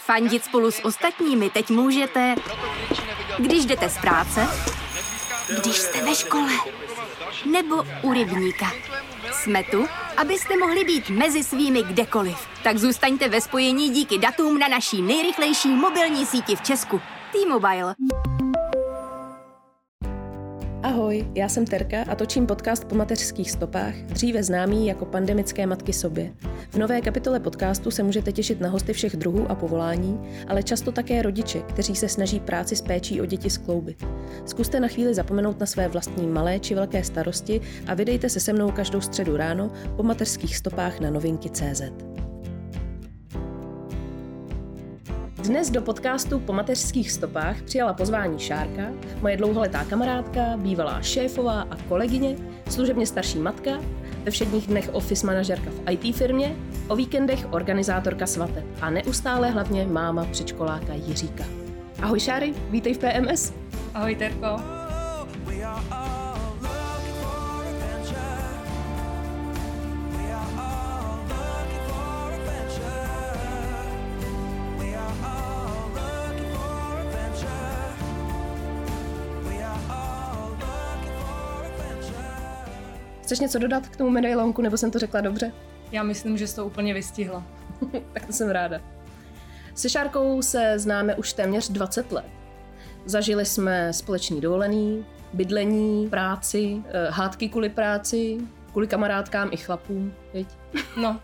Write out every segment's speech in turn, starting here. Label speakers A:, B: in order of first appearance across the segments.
A: Fandit spolu s ostatními teď můžete, když jdete z práce, když jste ve škole, nebo u rybníka. Jsme tu, abyste mohli být mezi svými kdekoliv. Tak zůstaňte ve spojení díky datům na naší nejrychlejší mobilní síti v Česku. T-Mobile.
B: Ahoj, já jsem Terka a točím podcast Po mateřských stopách, dříve známý jako Pandemické matky sobě. V nové kapitole podcastu se můžete těšit na hosty všech druhů a povolání, ale často také rodiče, kteří se snaží práci s péčí o děti skloubit. Zkuste na chvíli zapomenout na své vlastní malé či velké starosti a vydejte se se mnou každou středu ráno po mateřských stopách na novinky.cz. Dnes do podcastu Po mateřských stopách přijala pozvání Šárka, moje dlouholetá kamarádka, bývalá šéfová a kolegyně, služebně starší matka, ve všedních dnech office manažerka v IT firmě, o víkendech organizátorka svateb a neustále hlavně máma předškoláka Jiříka. Ahoj Šáry, vítej v PMS.
C: Ahoj Terko.
B: Chceš něco dodat k tomu medailonku, nebo jsem to řekla dobře?
C: Já myslím, že jsi to úplně vystihla.
B: Tak to jsem ráda. Se Šárkou se známe už téměř 20 let. Zažili jsme společný dovolený, bydlení, práci, hádky kvůli práci, kvůli kamarádkám i chlapům, viď?
C: No.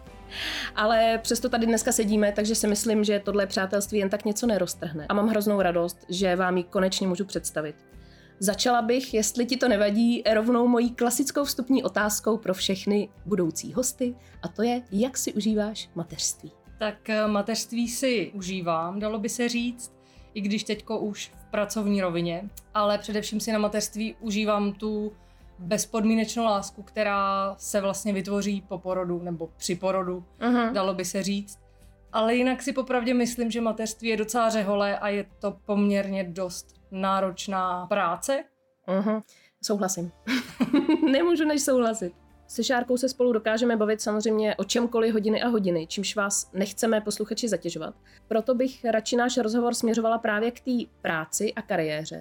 B: Ale přesto tady dneska sedíme, takže si myslím, že tohle přátelství jen tak něco neroztrhne. A mám hroznou radost, že vám ji konečně můžu představit. Začala bych, jestli ti to nevadí, rovnou mojí klasickou vstupní otázkou pro všechny budoucí hosty, a to je, jak si užíváš mateřství?
C: Tak mateřství si užívám, dalo by se říct, i když teďko už v pracovní rovině, ale především si na mateřství užívám tu bezpodmínečnou lásku, která se vlastně vytvoří po porodu nebo při porodu, dalo by se říct. Ale jinak si popravdě myslím, že mateřství je docela řehole a je to poměrně dost náročná práce.
B: Souhlasím. Nemůžu než souhlasit. Se Šárkou se spolu dokážeme bavit samozřejmě o čemkoliv hodiny a hodiny, čímž vás nechceme posluchači zatěžovat. Proto bych radši náš rozhovor směřovala právě k té práci a kariéře,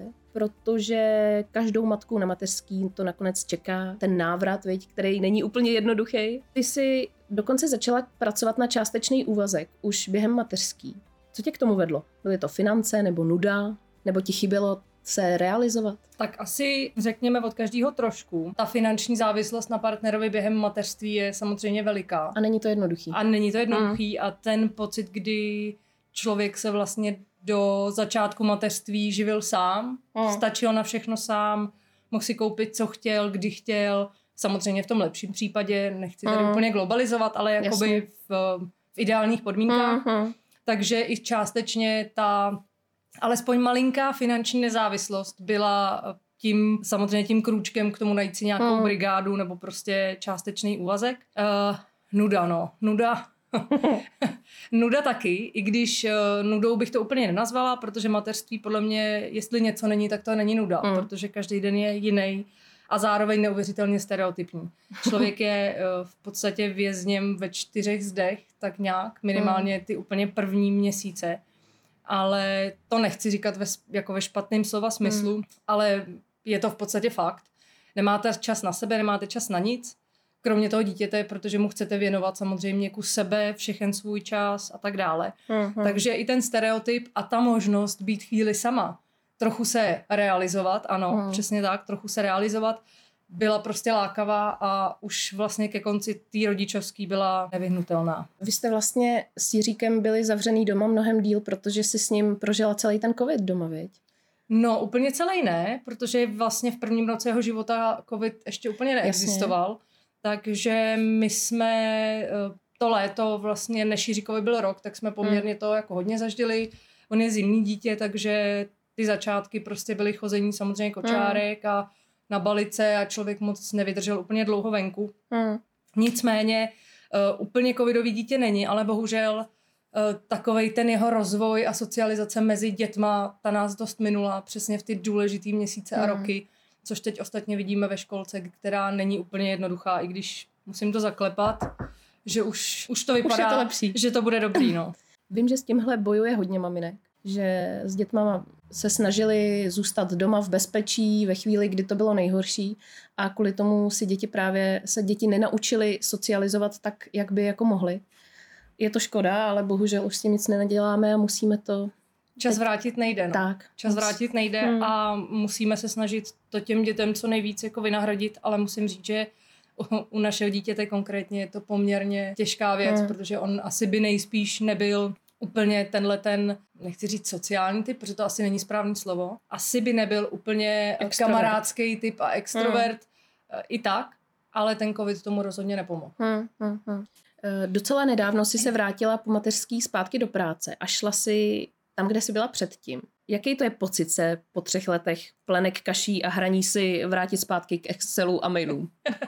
B: protože každou matku na mateřský to nakonec čeká ten návrat, viď, který není úplně jednoduchý. Ty jsi dokonce začala pracovat na částečný úvazek už během mateřský. Co tě k tomu vedlo? Byly to finance nebo nuda? Nebo ti chybělo se realizovat?
C: Tak asi řekněme od každého trošku. Ta finanční závislost na partnerovi během mateřství je samozřejmě veliká.
B: A není to jednoduchý.
C: A ten pocit, kdy člověk se vlastně do začátku mateřství živil sám, stačil na všechno sám, mohl si koupit, co chtěl, kdy chtěl. Samozřejmě v tom lepším případě, nechci tady úplně globalizovat, ale jakoby v ideálních podmínkách. Takže i částečně ta alespoň malinká finanční nezávislost byla tím krůčkem k tomu najít si nějakou brigádu nebo prostě částečný úvazek. Nuda. Nuda taky, i když nudou bych to úplně nenazvala, protože mateřství podle mě, jestli něco není, tak to není nuda, protože každý den je jiný a zároveň neuvěřitelně stereotypní. Člověk je v podstatě vězněm ve 4 zdech, tak nějak, minimálně ty úplně první měsíce. Ale to nechci říkat jako ve špatném slova smyslu, ale je to v podstatě fakt. Nemáte čas na sebe, nemáte čas na nic, kromě toho dítěte, protože mu chcete věnovat samozřejmě kus sebe, všechen svůj čas a tak dále. Takže i ten stereotyp a ta možnost být chvíli sama, trochu se realizovat, ano, přesně tak, trochu se realizovat, byla prostě lákavá a už vlastně ke konci té rodičovský byla nevyhnutelná.
B: Vy jste vlastně s Jiříkem byli zavřený doma mnohem díl, protože si s ním prožila celý ten covid doma, viď?
C: No úplně celý ne, protože vlastně v prvním roce jeho života covid ještě úplně neexistoval. Jasně. Takže my jsme to léto vlastně, než Jiříkovi byl rok, tak jsme poměrně to jako hodně zažili. On je zimní dítě, takže ty začátky prostě byly chození samozřejmě kočárek a na balice a člověk moc nevydržel úplně dlouho venku. Nicméně úplně covidový dítě není, ale bohužel takovej ten jeho rozvoj a socializace mezi dětma, ta nás dost minula přesně v ty důležitý měsíce a roky, což teď ostatně vidíme ve školce, která není úplně jednoduchá, i když musím to zaklepat, že už to vypadá, že to bude dobrý, no.
B: Vím, že s tímhle bojuje hodně maminek, že s dětma se snažili zůstat doma v bezpečí ve chvíli, kdy to bylo nejhorší a kvůli tomu se děti nenaučily socializovat tak, jak by jako mohly. Je to škoda, ale bohužel už s tím nic nenaděláme a musíme to...
C: Čas vrátit nejde, no.
B: Tak.
C: Čas vrátit nejde a musíme se snažit to těm dětem co nejvíc jako vynahradit, ale musím říct, že u našeho dítěte konkrétně je to poměrně těžká věc, protože on asi by nejspíš nebyl úplně ten, nechci říct sociální typ, protože to asi není správný slovo, asi by nebyl úplně kamarádský typ a extrovert i tak, ale ten covid tomu rozhodně nepomohl.
B: Docela nedávno si se vrátila po mateřský zpátky do práce a šla si tam, kde jsi byla předtím. Jaký to je pocit se po 3 letech plenek kaší a hraní si vrátit zpátky k Excelu a mailům?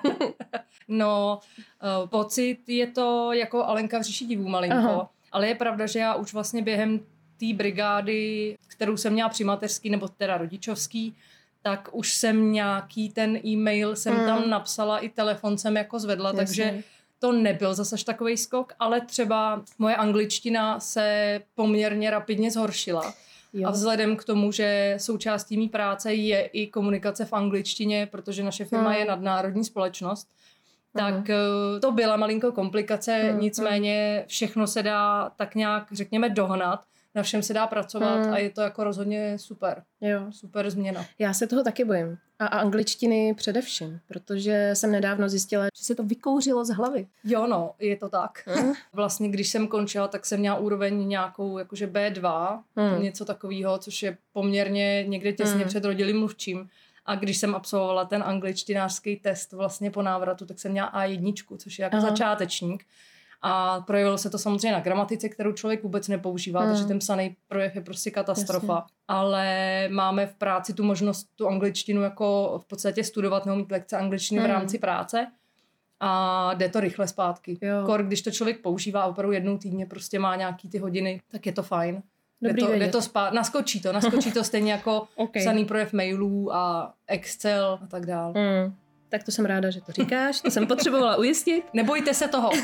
C: No, pocit je to jako Alenka v říši divů malinko, ale je pravda, že já už vlastně během té brigády, kterou jsem měla při mateřský nebo teda rodičovský, tak už jsem nějaký ten e-mail jsem tam napsala, i telefon jsem jako zvedla, takže to nebyl zase takovej skok, ale třeba moje angličtina se poměrně rapidně zhoršila. Jo. A vzhledem k tomu, že součástí mý práce je i komunikace v angličtině, protože naše firma je nadnárodní společnost, tak to byla malinko komplikace, nicméně všechno se dá tak nějak, řekněme, dohnat, na všem se dá pracovat a je to jako rozhodně super. Jo. Super změna.
B: Já se toho taky bojím. A angličtiny především, protože jsem nedávno zjistila, že se to vykouřilo z hlavy.
C: Jo, no, je to tak. Vlastně, když jsem končila, tak jsem měla úroveň nějakou jakože B2, něco takového, což je poměrně někde těsně před rodilým mluvčím. A když jsem absolvovala ten angličtinářský test vlastně po návratu, tak jsem měla A1, což je jako začátečník. A projevilo se to samozřejmě na gramatice, kterou člověk vůbec nepoužívá, takže ten psaný projev je prostě katastrofa. Jasně. Ale máme v práci tu možnost tu angličtinu jako v podstatě studovat nebo mít lekce angličtiny v rámci práce a jde to rychle zpátky. Když to člověk používá opravdu jednou týdně, prostě má nějaký ty hodiny, tak je to fajn. Jde to naskočí to stejně jako psaný projev mailů a Excel a tak dále.
B: Tak to jsem ráda, že to říkáš, to jsem potřebovala ujistit.
C: Nebojte se toho.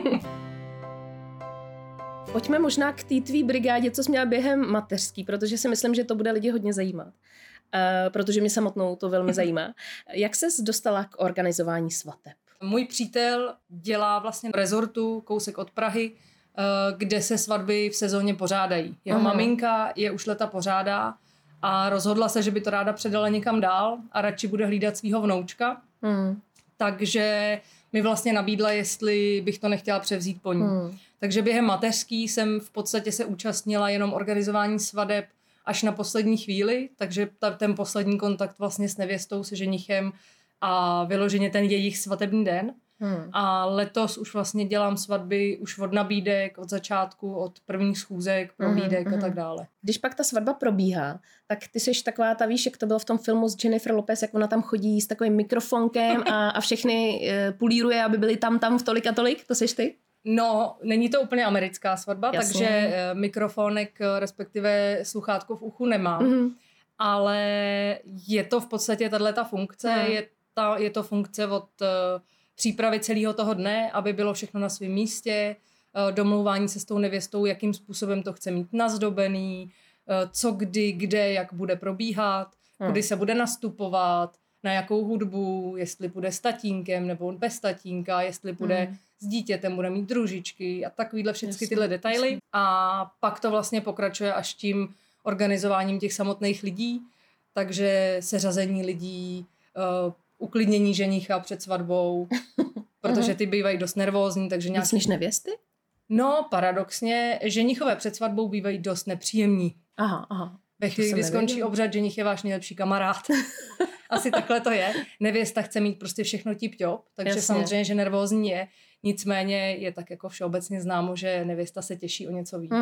B: Pojďme možná k té tvý brigádě, co jsi měla během mateřský, protože si myslím, že to bude lidi hodně zajímat. Protože mě samotnou to velmi zajímá. Jak ses dostala k organizování svateb?
C: Můj přítel dělá vlastně v rezortu kousek od Prahy, kde se svatby v sezóně pořádají. Jeho maminka je už leta pořádá a rozhodla se, že by to ráda předala někam dál a radši bude hlídat svýho vnoučka. Takže mi vlastně nabídla, jestli bych to nechtěla převzít po ní. Takže během mateřský jsem v podstatě se účastnila jenom organizování svadeb až na poslední chvíli, takže ten poslední kontakt vlastně s nevěstou, se ženichem a vyloženě ten jejich svatební den. A letos už vlastně dělám svatby už od nabídek, od začátku, od prvních schůzek, prohlídek a tak dále.
B: Když pak ta svatba probíhá, tak ty jsi taková ta, víš, jak to bylo v tom filmu s Jennifer Lopez, jak ona tam chodí s takovým mikrofonkem a všechny pulíruje, aby byli tam v tolik a tolik, to seš ty?
C: No, není to úplně americká svatba, takže mikrofonek, respektive sluchátko v uchu nemám, ale je to v podstatě tato funkce, je to funkce od přípravy celého toho dne, aby bylo všechno na svém místě, domlouvání se s tou nevěstou, jakým způsobem to chce mít nazdobený, co kdy, kde, jak bude probíhat, kdy se bude nastupovat, na jakou hudbu, jestli bude s tatínkem nebo bez tatínka, jestli bude s dítětem, bude mít družičky a takovýhle všechny tyhle detaily. A pak to vlastně pokračuje až tím organizováním těch samotných lidí, takže seřazení lidí, uklidnění ženicha před svatbou, protože ty bývají dost nervózní, takže nějaký...
B: Myslíš nevěsty?
C: No, paradoxně, ženichové před svatbou bývají dost nepříjemní.
B: Aha.
C: Ve chvíli, kdy skončí obřad, ženich je váš nejlepší kamarád. Asi takhle to je. Nevěsta chce mít prostě všechno tip-top, takže samozřejmě, že nervózní je. Nicméně je tak jako všeobecně známo, že nevěsta se těší o něco víc.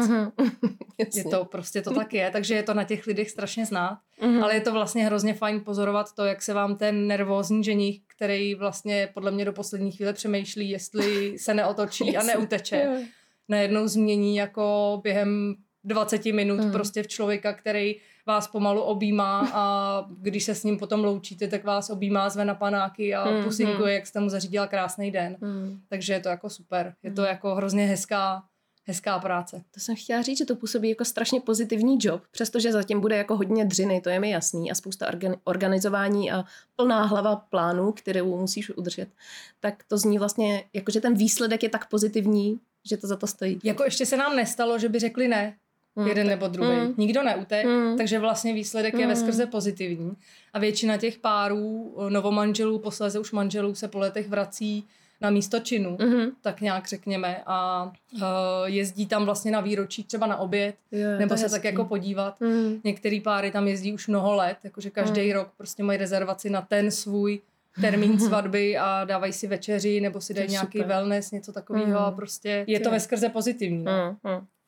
C: Je to prostě to tak je, takže je to na těch lidech strašně znát. Ale je to vlastně hrozně fajn pozorovat to, jak se vám ten nervózní ženich, který vlastně podle mě do poslední chvíle přemýšlí, jestli se neotočí a neuteče, najednou změní jako během 20 minut prostě v člověka, který vás pomalu objímá a když se s ním potom loučíte, tak vás objímá, zve na panáky a pusinkuje, jak jste mu zařídila krásný den. Takže je to jako super. Je to jako hrozně hezká hezká práce.
B: To jsem chtěla říct, že to působí jako strašně pozitivní job, přestože zatím bude jako hodně dřiny, to je mi jasný, a spousta organizování a plná hlava plánů, kterou musíš udržet. Tak to zní vlastně, jako že ten výsledek je tak pozitivní, že to za to stojí.
C: Jako ještě se nám nestalo, že by řekli ne, jeden nebo druhý. Nikdo neutek, takže vlastně výsledek je veskrze pozitivní. A většina těch párů, novomanželů, posléze už manželů se po letech vrací na místo činu, tak nějak řekněme, a jezdí tam vlastně na výročí třeba na oběd, nebo se tak jako podívat. Některý páry tam jezdí už mnoho let, jakože každý rok prostě mají rezervaci na ten svůj termín svatby a dávají si večeři, nebo si dají nějaký wellness, něco takového a prostě je to veskrze pozitivní. No.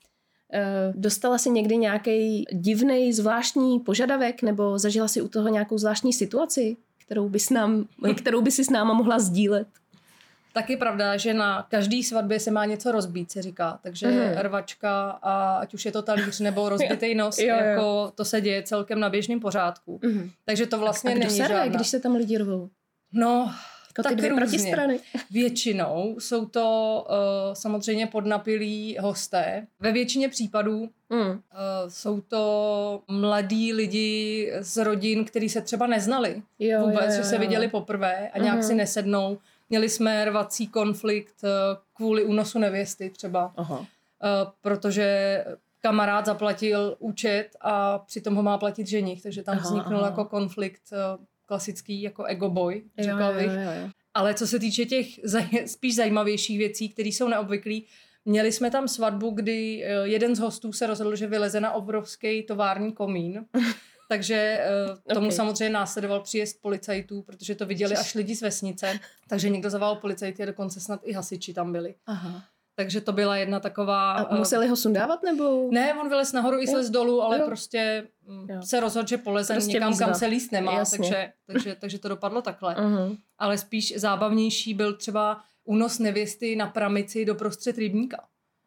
B: Dostala jsi někdy nějaký divnej, zvláštní požadavek, nebo zažila si u toho nějakou zvláštní situaci, kterou by si s náma mohla sdílet?
C: Taky pravda, že na každý svatbě se má něco rozbít, se říká. Takže rvačka, a ať už je to talíř nebo rozbitý nos, jako to se děje celkem na běžném pořádku. Takže to vlastně není žádná.
B: Když se tam lidi rvou?
C: No,
B: jako tak různě.
C: Většinou jsou to samozřejmě podnapilí hosté. Ve většině případů jsou to mladí lidi z rodin, kteří se třeba neznali vůbec, že se viděli poprvé a nějak si nesednou. Měli jsme rvací konflikt kvůli únosu nevěsty třeba, protože kamarád zaplatil účet a přitom ho má platit ženich, takže tam vzniknul jako konflikt klasický jako ego boy, řekla bych. Ale co se týče těch spíš zajímavějších věcí, které jsou neobvyklý, měli jsme tam svatbu, kdy jeden z hostů se rozhodl, že vyleze na obrovský tovární komín. Takže tomu samozřejmě následoval příjezd policajtů, protože to viděli až lidi z vesnice. Takže někdo zavolal policajty a dokonce snad i hasiči tam byli. Takže to byla jedna taková...
B: A museli ho sundávat, nebo...?
C: Ne, on vylez nahoru i slez dolů, ale prostě se rozhodl, že poleze prostě někam, kam se líst nemá. Takže to dopadlo takhle. Ale spíš zábavnější byl třeba únos nevěsty na pramici do prostřed rybníka.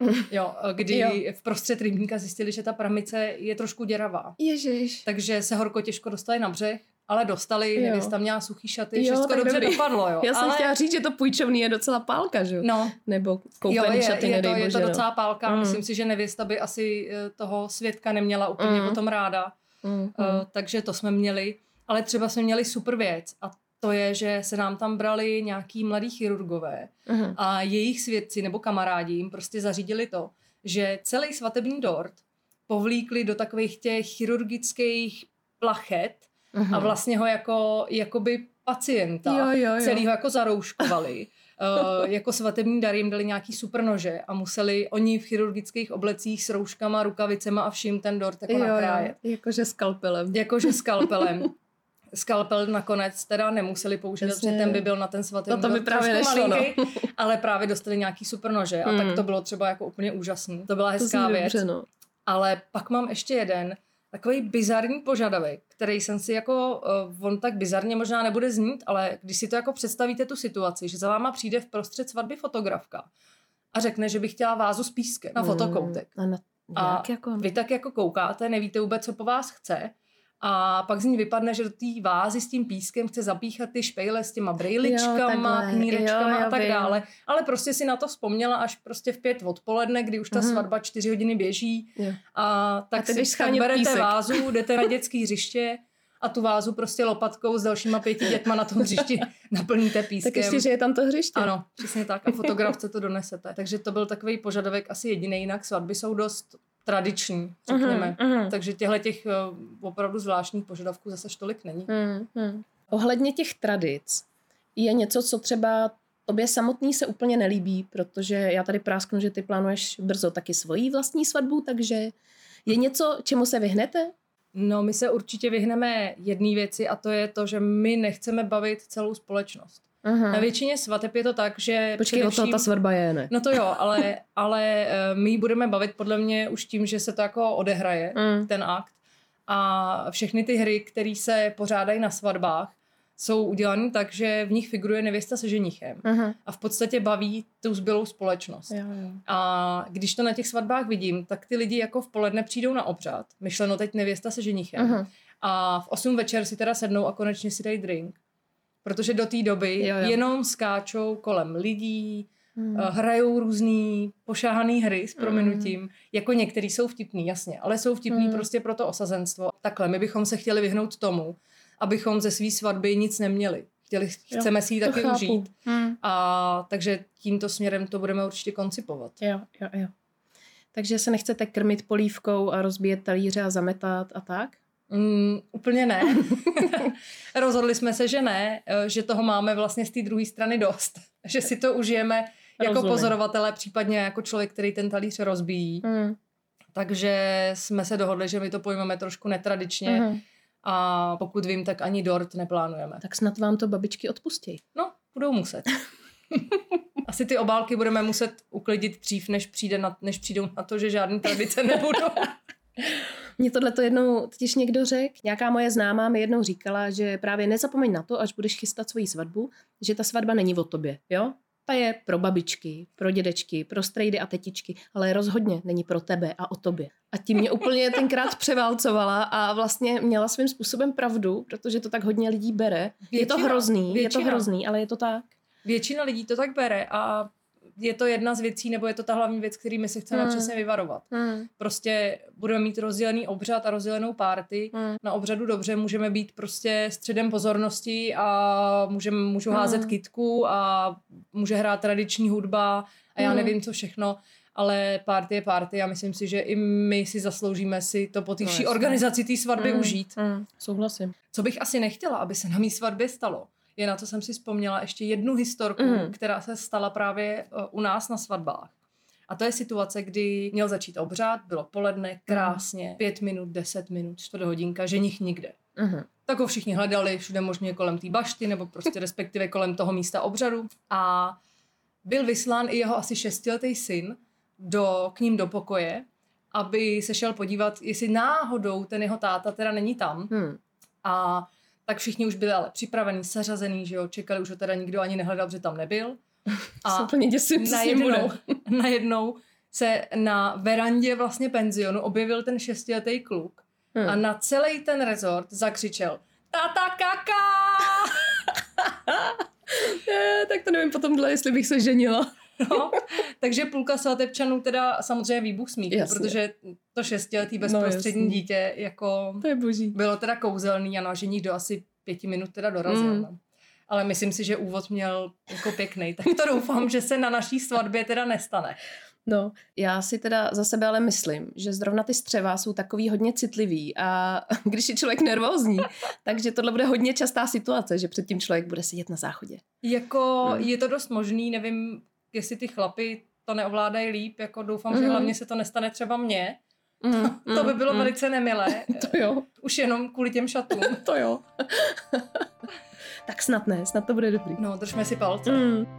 C: Kdy v prostřed rybníka zjistili, že ta pramice je trošku děravá.
B: Ježiš.
C: Takže se horko těžko dostali na břeh, ale dostali, nevěsta měla suchý šaty, všechno dobře dopadlo.
B: Já jsem chtěla říct, že to půjčovný je docela pálka, že jo? No. Nebo koupený šaty, nedej bože.
C: Je to docela pálka. Myslím si, že nevěsta by asi toho svědka neměla úplně potom ráda. Takže to jsme měli. Ale třeba jsme měli super věc a to je, že se nám tam brali nějaký mladí chirurgové a jejich svědci nebo kamarádi jim prostě zařídili to, že celý svatební dort povlíkli do takových těch chirurgických plachet a vlastně ho jakoby pacienta celýho jako zarouškovali. Jako svatební dar jim dali nějaký super nože a museli oni v chirurgických oblecích s rouškama, rukavicema a vším ten dort jako nakrájet.
B: Jakože skalpelem.
C: Skalpel nakonec teda nemuseli použít, protože ten by byl na ten svatební
B: dort trošku malinký,
C: ale právě dostali nějaký super nože a tak to bylo třeba jako úplně úžasný. To byla hezká věc. Dobře, no. Ale pak mám ještě jeden takový bizarní požadavek, který jsem si jako, on tak bizarně možná nebude znít, ale když si to jako představíte tu situaci, že za váma přijde v prostřed svatby fotografka a řekne, že by chtěla vázu s pískem na fotokoutek. A vy tak jako koukáte, nevíte vůbec, co po vás chce. A pak z ní vypadne, že do té vázy s tím pískem chce zapíchat ty špejle s těma brejličkama, knírečkama a tak dále. Ale prostě si na to vzpomněla až prostě v 5 odpoledne, kdy už ta svatba 4 hodiny běží. A tak si berete vázu, jdete na dětský hřiště a tu vázu prostě lopatkou s dalšíma 5 dětma na tom hřišti naplníte pískem.
B: Tak ještě, že je tam to hřiště.
C: Ano, přesně tak. A fotografce to donesete. Takže to byl takový požadavek asi jediný, jinak svatby jsou dost tradiční, řekněme. Takže těch opravdu zvláštních požadavků zase tolik není.
B: Ohledně těch tradic je něco, co třeba tobě samotný se úplně nelíbí, protože já tady prásknu, že ty plánuješ brzo taky svoji vlastní svatbu, takže je něco, čemu se vyhnete?
C: No, my se určitě vyhneme jedné věci a to je to, že my nechceme bavit celou společnost. Na většině svateb je to tak, že...
B: Počkej, o to ta svatba je, ne?
C: No to jo, ale my budeme bavit podle mě už tím, že se to jako odehraje, ten akt. A všechny ty hry, které se pořádají na svatbách, jsou udělané tak, že v nich figuruje nevěsta se ženichem. A v podstatě baví tu zbylou společnost.
B: Jo.
C: A když to na těch svatbách vidím, tak ty lidi jako v poledne přijdou na obřad, myšleno teď nevěsta se ženichem. A v 8 večer si teda sednou a konečně si dají drink. Protože do té doby jenom skáčou kolem lidí, hrajou různý pošáhaný hry s prominutím, jako některý jsou vtipný, jasně, ale jsou vtipný prostě pro to osazenstvo. Takhle, my bychom se chtěli vyhnout tomu, abychom ze svý svatby nic neměli. Chceme si ji taky užít. A takže tímto směrem to budeme určitě koncipovat.
B: Jo. Takže se nechcete krmit polívkou a rozbíjet talíře a zametat a tak?
C: Úplně ne. Rozhodli jsme se, že ne, že toho máme vlastně z té druhé strany dost. Že si to užijeme jako pozorovatele, případně jako člověk, který ten talíř rozbíjí. Takže jsme se dohodli, že my to pojmeme trošku netradičně a pokud vím, tak ani dort neplánujeme.
B: Tak snad vám to babičky odpustí.
C: No, budou muset. Asi ty obálky budeme muset uklidit dřív, než přijdou na to, že žádný tradice nebudou.
B: Mně tohleto jednou totiž někdo řekl, nějaká moje známá mi jednou říkala, že právě nezapomeň na to, až budeš chystat svoji svatbu, že ta svatba není o tobě, jo? Ta je pro babičky, pro dědečky, pro strejdy a tetičky, ale rozhodně není pro tebe a o tobě. A tím mě úplně tenkrát převálcovala a vlastně měla svým způsobem pravdu, protože to tak hodně lidí bere. Je to hrozný, ale je to tak.
C: Většina lidí to tak bere a je to jedna z věcí, nebo je to ta hlavní věc, kterými se chceme přesně vyvarovat. Prostě budeme mít rozdělený obřad a rozdělenou party. Na obřadu dobře můžeme být prostě středem pozornosti a můžu házet kytku a může hrát tradiční hudba a já nevím co všechno, ale party je party a myslím si, že i my si zasloužíme si to po té vší organizaci té svatby užít.
B: Souhlasím.
C: Co bych asi nechtěla, aby se na mý svatbě stalo, je na to jsem si vzpomněla ještě jednu historku, která se stala právě u nás na svatbách. A to je situace, kdy měl začít obřad, bylo poledne, krásně, 5 minut, 10 minut, 4 hodinka, ženich nikde. Tak ho všichni hledali všude možně kolem té bašty, nebo prostě respektive kolem toho místa obřadu. A byl vyslán i jeho asi 6letý syn k ním do pokoje, aby se šel podívat, jestli náhodou ten jeho táta teda není tam. A tak všichni už byli ale připravení, seřazený, že jo, čekali, už ho teda nikdo ani nehledal, že tam nebyl.
B: A
C: najednou se na verandě vlastně penzionu objevil ten 6letý kluk a na celý ten rezort zakřičel Tata kaka!
B: Tak to nevím potom, jestli bych se ženila.
C: No, takže půlka svatebčanů teda samozřejmě výbuch smíchu, protože to 6letý bezprostřední dítě jako
B: to je boží.
C: Bylo teda kouzelný a na ženích do asi 5 minut teda dorazil. Ale myslím si, že úvod měl jako pěkný, tak to doufám, že se na naší svatbě teda nestane.
B: No, já si teda za sebe ale myslím, že zrovna ty střeva jsou takový hodně citlivý a když je člověk nervózní, takže tohle bude hodně častá situace, že předtím člověk bude sedět na záchodě.
C: Jako je to dost možný, nevím, jestli ty chlapy to neovládají líp, jako doufám, že hlavně se to nestane třeba mně. To by bylo velice nemilé.
B: To jo.
C: Už jenom kvůli těm šatům.
B: To jo. Tak snad ne, snad to bude dobrý.
C: No, držme si palce.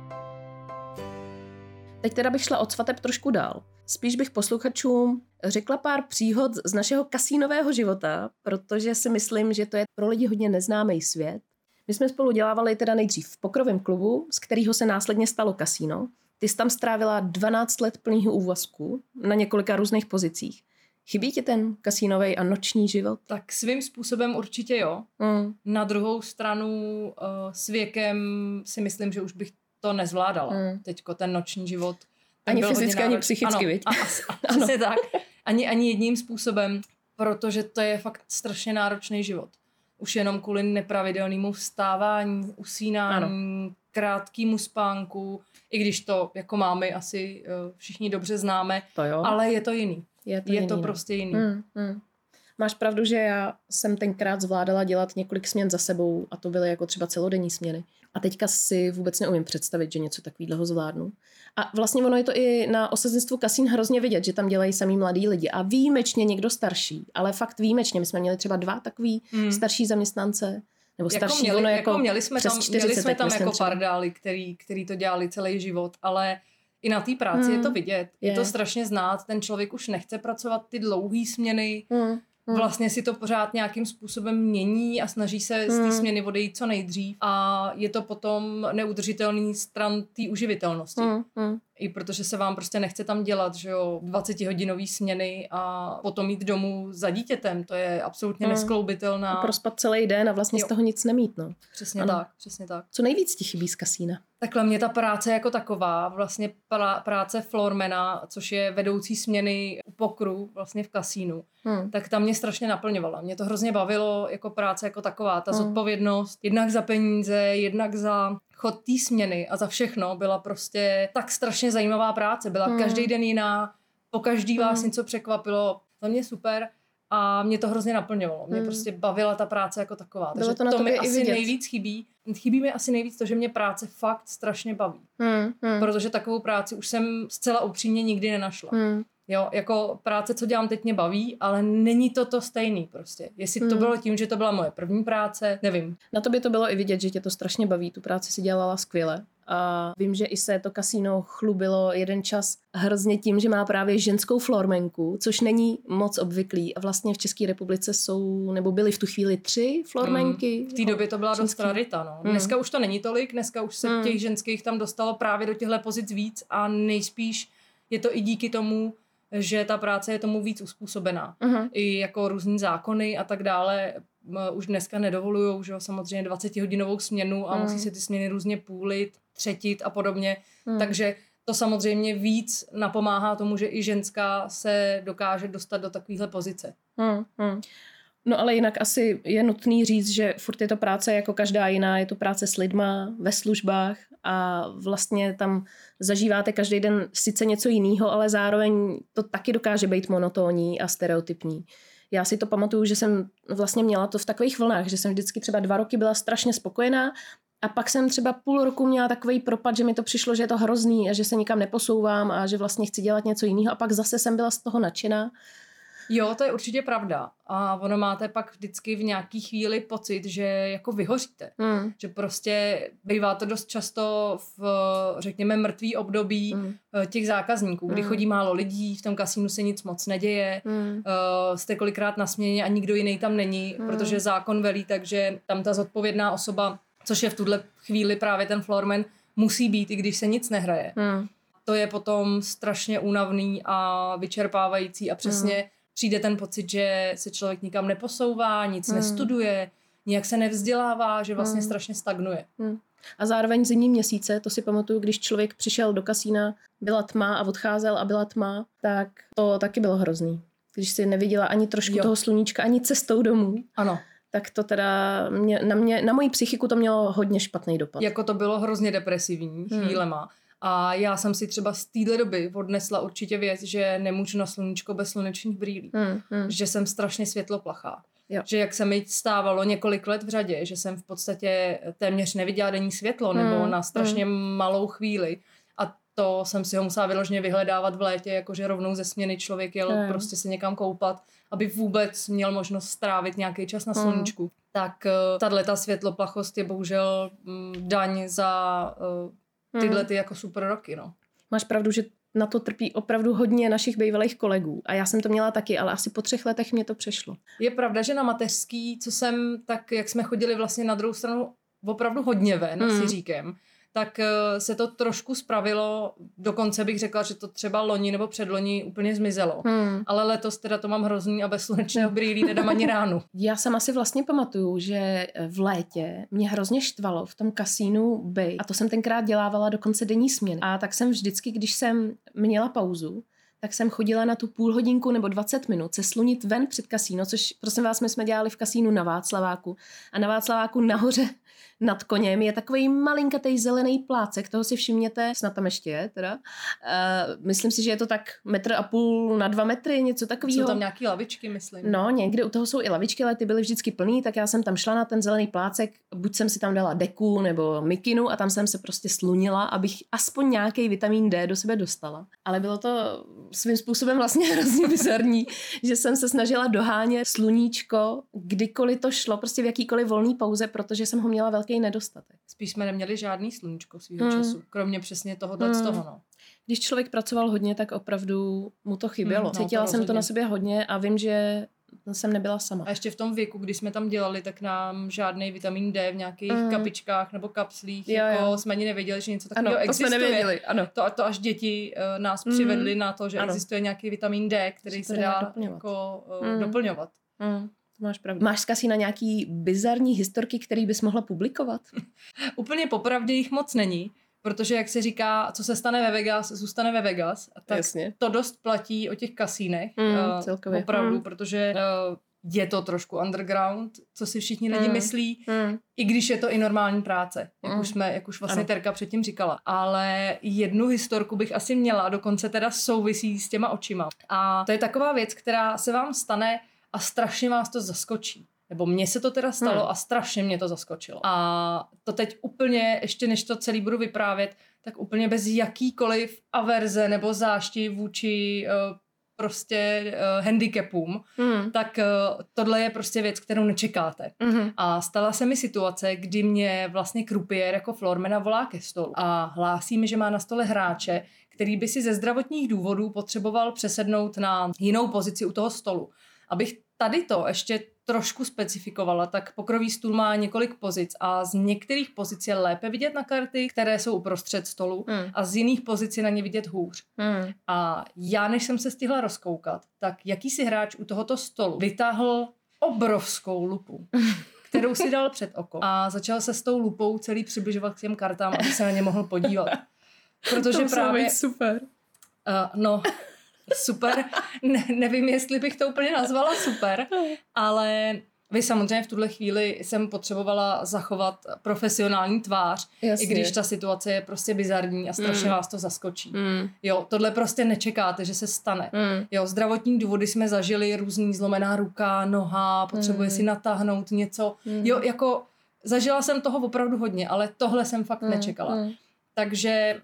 B: Teď teda bych šla od svateb trošku dál. Spíš bych posluchačům řekla pár příhod z našeho kasínového života, protože si myslím, že to je pro lidi hodně neznámý svět. My jsme spolu dělávali teda nejdřív v pokrovém klubu, z kterého se následně stalo kasíno. Ty jsi tam strávila 12 let plného úvazku na několika různých pozicích. Chybí ti ten kasínový a noční život?
C: Tak svým způsobem určitě jo. Na druhou stranu s věkem si myslím, že už bych to nezvládala. Teďko ten noční život.
B: Ani fyzicky, ani psychicky, viď?
C: Přesně tak. Ani jedním způsobem, protože to je fakt strašně náročný život. Už jenom kvůli nepravidelnému vstávání, usínání, krátkému spánku, i když to jako mámy asi všichni dobře známe, ale je to jiný. Je to prostě jiný.
B: Máš pravdu, že já jsem tenkrát zvládala dělat několik směn za sebou a to byly jako třeba celodenní směny. A teďka si vůbec neumím představit, že něco takového zvládnu. A vlastně ono je to i na osazenstvu kasín hrozně vidět, že tam dělají samý mladí lidi a výjimečně někdo starší, ale fakt výjimečně. My jsme měli třeba 2 takový starší zaměstnance, nebo starší,
C: měli jsme tam jako pardály, který to dělali celý život, ale i na té práci je to vidět. Je to strašně znát, ten člověk už nechce pracovat ty dlouhé směny, vlastně si to pořád nějakým způsobem mění a snaží se z té směny odejít co nejdřív a je to potom neudržitelný stran té uživitelnosti. I protože se vám prostě nechce tam dělat, že jo, 20hodinový směny a potom jít domů za dítětem. To je absolutně neskloubitelná.
B: A prospat celý den a vlastně z toho nic nemít, no.
C: Přesně tak, přesně tak.
B: Co nejvíc ti chybí z kasína?
C: Takhle mě ta práce jako taková, vlastně práce floormana, což je vedoucí směny u pokru vlastně v kasínu, tak ta mě strašně naplňovala. Mě to hrozně bavilo jako práce jako taková, ta zodpovědnost, jednak za peníze, jednak za chod té směny a za všechno byla prostě tak strašně zajímavá práce. Byla každý den jiná, po každý vás něco překvapilo. To mě super a mě to hrozně naplňovalo. Mě prostě bavila ta práce jako taková. Takže to mi asi nejvíc chybí. Chybí mi asi nejvíc to, že mě práce fakt strašně baví. Protože takovou práci už jsem zcela upřímně nikdy nenašla. Jo, jako práce, co dělám teď, mě baví, ale není to stejný prostě. Jestli to bylo tím, že to byla moje první práce, nevím.
B: Na tobě to bylo i vidět, že tě to strašně baví, tu práci si dělala skvěle. A vím, že i se to kasíno chlubilo jeden čas hrozně tím, že má právě ženskou floormanku, což není moc obvyklý. A vlastně v České republice jsou, nebo byly v tu chvíli 3 floormanky.
C: V té době to byla dost rarita, no. Dneska už to není tolik, dneska už se těch ženských tam dostalo právě do těchto pozic víc a nejspíš je to i díky tomu, že ta práce je tomu víc uspůsobená. I jako různý zákony a tak dále už dneska nedovolujou, že jo, samozřejmě 20hodinovou směnu a musí se ty směny různě půlit, třetit a podobně. Takže to samozřejmě víc napomáhá tomu, že i ženská se dokáže dostat do takovéhle pozice.
B: No ale jinak asi je nutný říct, že furt je to práce jako každá jiná, je to práce s lidma, ve službách a vlastně tam zažíváte každý den sice něco jiného, ale zároveň to taky dokáže být monotónní a stereotypní. Já si to pamatuju, že jsem vlastně měla to v takových vlnách, že jsem vždycky třeba 2 roky byla strašně spokojená a pak jsem třeba půl roku měla takový propad, že mi to přišlo, že je to hrozný a že se nikam neposouvám a že vlastně chci dělat něco jiného a pak zase jsem byla z toho nadšená.
C: Jo, to je určitě pravda. A ono máte pak vždycky v nějaký chvíli pocit, že jako vyhoříte. Že prostě bývá to dost často v, řekněme, mrtvý období těch zákazníků, kdy chodí málo lidí, v tom kasínu se nic moc neděje, jste kolikrát na směně a nikdo jiný tam není, protože zákon velí, takže tam ta zodpovědná osoba, což je v tuhle chvíli právě ten floorman, musí být, i když se nic nehraje. To je potom strašně únavný a vyčerpávající a přesně přijde ten pocit, že se člověk nikam neposouvá, nic nestuduje, nijak se nevzdělává, že vlastně strašně stagnuje.
B: A zároveň zimní měsíce, to si pamatuju, když člověk přišel do kasína, byla tma a odcházel a byla tma, tak to taky bylo hrozný. Když si neviděla ani trošku toho sluníčka, ani cestou domů.
C: Ano.
B: Tak to teda na moji psychiku to mělo hodně špatný dopad.
C: Jako to bylo hrozně depresivní chvílema. A já jsem si třeba z téhle doby odnesla určitě věc, že nemůžu na sluníčko bez slunečních brýlí. Že jsem strašně světloplachá. Jo. Že jak se mi stávalo několik let v řadě, že jsem v podstatě téměř neviděla denní světlo nebo na strašně malou chvíli. A to jsem si ho musela vyloženě vyhledávat v létě, jakože rovnou ze směny člověk jel prostě se někam koupat, aby vůbec měl možnost strávit nějaký čas na sluníčku. Tak tato světloplachost je bohužel daň za tyhle ty jako super roky, no.
B: Máš pravdu, že na to trpí opravdu hodně našich bývalých kolegů. A já jsem to měla taky, ale asi po 3 letech mě to přešlo.
C: Je pravda, že na mateřský, co jsem, tak jak jsme chodili vlastně na druhou stranu opravdu hodně ven, si říkám, tak se to trošku spravilo, dokonce bych řekla, že to třeba loni nebo předloni úplně zmizelo. Ale letos teda to mám hrozný a bez slunečních brýlí nedám ani ránu.
B: Já jsem asi vlastně pamatuju, že v létě mě hrozně štvalo v tom kasínu být. A to jsem tenkrát dělávala dokonce denní směny. A tak jsem vždycky, když jsem měla pauzu, tak jsem chodila na tu půl hodinku nebo 20 minut se slunit ven před kasíno, což prosím vás, my jsme dělali v kasínu na Václaváku. A na Václaváku nahoře nad koněm je takový malinkatej zelený plácek, toho si všimněte, snad tam ještě je teda. Myslím si, že je to tak 1,5 metru na 2 metry, něco takového.
C: Jsou tam nějaký lavičky, myslím.
B: No, někde u toho jsou i lavičky, ale ty byly vždycky plný, tak já jsem tam šla na ten zelený plácek, buď jsem si tam dala deku nebo mikinu a tam jsem se prostě slunila, abych aspoň nějaký vitamin D do sebe dostala. Ale bylo to svým způsobem vlastně hrozně bizarní, že jsem se snažila dohánět sluníčko, kdykoliv to šlo, prostě v jakýkoliv volný pauze, protože jsem ho měla velký nedostatek.
C: Spíš jsme neměli žádný sluníčko svýho času, kromě přesně tohohle z toho, no.
B: Když člověk pracoval hodně, tak opravdu mu to chybělo. Cítila jsem to na sobě hodně a vím, že jsem nebyla sama.
C: A ještě v tom věku, když jsme tam dělali, tak nám žádný vitamin D v nějakých kapičkách nebo kapslích, jsme ani nevěděli, že něco takového existuje.
B: Jsme nevěděli, ano.
C: To až děti nás přivedly na to, že existuje nějaký vitamin D, který se dá doplňovat.
B: Máš pravdu. Máš z kasína nějaký bizarní historky, který bys mohla publikovat?
C: Úplně popravdě jich moc není, protože jak se říká, co se stane ve Vegas, zůstane ve Vegas. Tak jasně. To dost platí o těch kasínech. Celkově. Opravdu, protože je to trošku underground, co si všichni lidi myslí, i když je to i normální práce, jak už vlastně Terka předtím říkala. Ale jednu historku bych asi měla, dokonce teda souvisí s těma očima. A to je taková věc, která se vám stane a strašně vás to zaskočí. Nebo mně se to teda stalo a strašně mě to zaskočilo. A to teď úplně, ještě než to celý budu vyprávět, tak úplně bez jakýkoliv averze nebo zášti vůči prostě handicapům, tak tohle je prostě věc, kterou nečekáte. A stala se mi situace, kdy mě vlastně krupiér jako floormana volá ke stolu a hlásí mi, že má na stole hráče, který by si ze zdravotních důvodů potřeboval přesednout na jinou pozici u toho stolu. Abych tady to ještě trošku specifikovala, tak pokrový stůl má několik pozic a z některých pozic je lépe vidět na karty, které jsou uprostřed stolu a z jiných pozic je na ně vidět hůř. A já, než jsem se stihla rozkoukat, tak jakýsi hráč u tohoto stolu vytáhl obrovskou lupu, kterou si dal před oko a začal se s tou lupou celý přibližovat k těm kartám, aby se na ně mohl podívat. Protože
B: to právě super.
C: Super. Nevím, jestli bych to úplně nazvala super, ale vy samozřejmě v tuhle chvíli jsem potřebovala zachovat profesionální tvář, i když ta situace je prostě bizarní a strašně vás to zaskočí. Jo, tohle prostě nečekáte, že se stane. Jo, zdravotní důvody jsme zažili, různý zlomená ruka, noha, potřebuje si natáhnout něco. Jo, jako zažila jsem toho opravdu hodně, ale tohle jsem fakt nečekala. Takže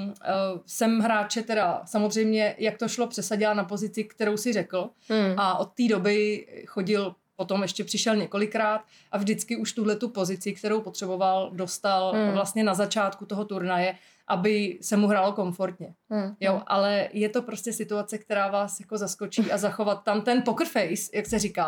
C: jsem hráče teda samozřejmě, jak to šlo, přesadila na pozici, kterou si řekl a od té doby chodil, potom ještě přišel několikrát a vždycky už tuhletu pozici, kterou potřeboval, dostal vlastně na začátku toho turnaje, aby se mu hrálo komfortně. Jo, ale je to prostě situace, která vás jako zaskočí a zachovat tam ten poker face, jak se říká,